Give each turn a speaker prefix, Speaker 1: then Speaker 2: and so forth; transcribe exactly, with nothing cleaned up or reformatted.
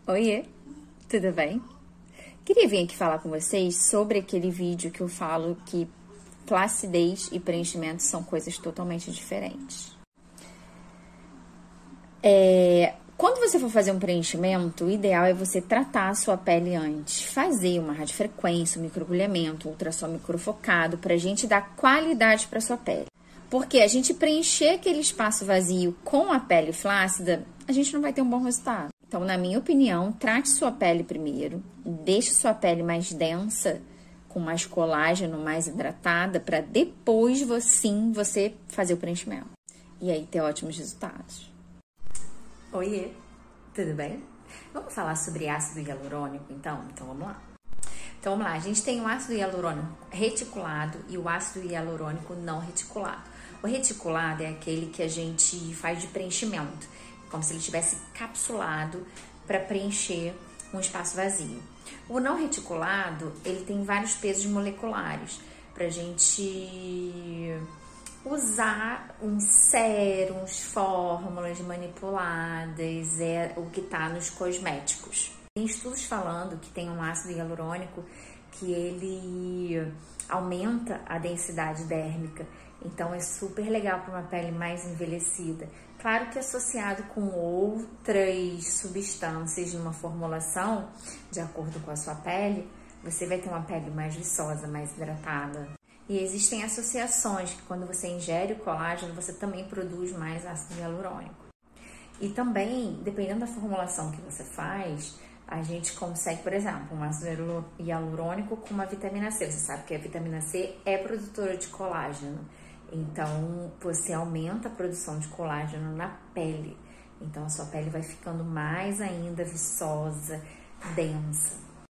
Speaker 1: Oiê, tudo bem? Queria vir aqui falar com vocês sobre aquele vídeo que eu falo que flacidez e preenchimento são coisas totalmente diferentes. É, quando você for fazer um preenchimento, o ideal é você tratar a sua pele antes. Fazer uma radiofrequência, um microagulhamento, um ultrassom microfocado, pra gente dar qualidade pra sua pele. Porque a gente preencher aquele espaço vazio com a pele flácida, a gente não vai ter um bom resultado. Então, na minha opinião, trate sua pele primeiro, deixe sua pele mais densa, com mais colágeno, mais hidratada, para depois, sim, você fazer o preenchimento. E aí ter ótimos resultados.
Speaker 2: Oiê, tudo bem? Vamos falar sobre ácido hialurônico, então? Então, vamos lá. Então, vamos lá. A gente tem o ácido hialurônico reticulado e o ácido hialurônico não reticulado. O reticulado é aquele que a gente faz de preenchimento, como se ele tivesse capsulado para preencher um espaço vazio. O não reticulado, ele tem vários pesos moleculares para a gente usar uns sérums, fórmulas manipuladas, é o que está nos cosméticos. Tem estudos falando que tem um ácido hialurônico que ele aumenta a densidade dérmica, então é super legal para uma pele mais envelhecida. Claro que associado com outras substâncias numa formulação, de acordo com a sua pele, você vai ter uma pele mais viçosa, mais hidratada. E existem associações que quando você ingere o colágeno, você também produz mais ácido hialurônico. E também, dependendo da formulação que você faz, a gente consegue, por exemplo, um ácido hialurônico com uma vitamina C. Você sabe que a vitamina C é produtora de colágeno. Então, você aumenta a produção de colágeno na pele. Então, a sua pele vai ficando mais ainda viçosa, densa.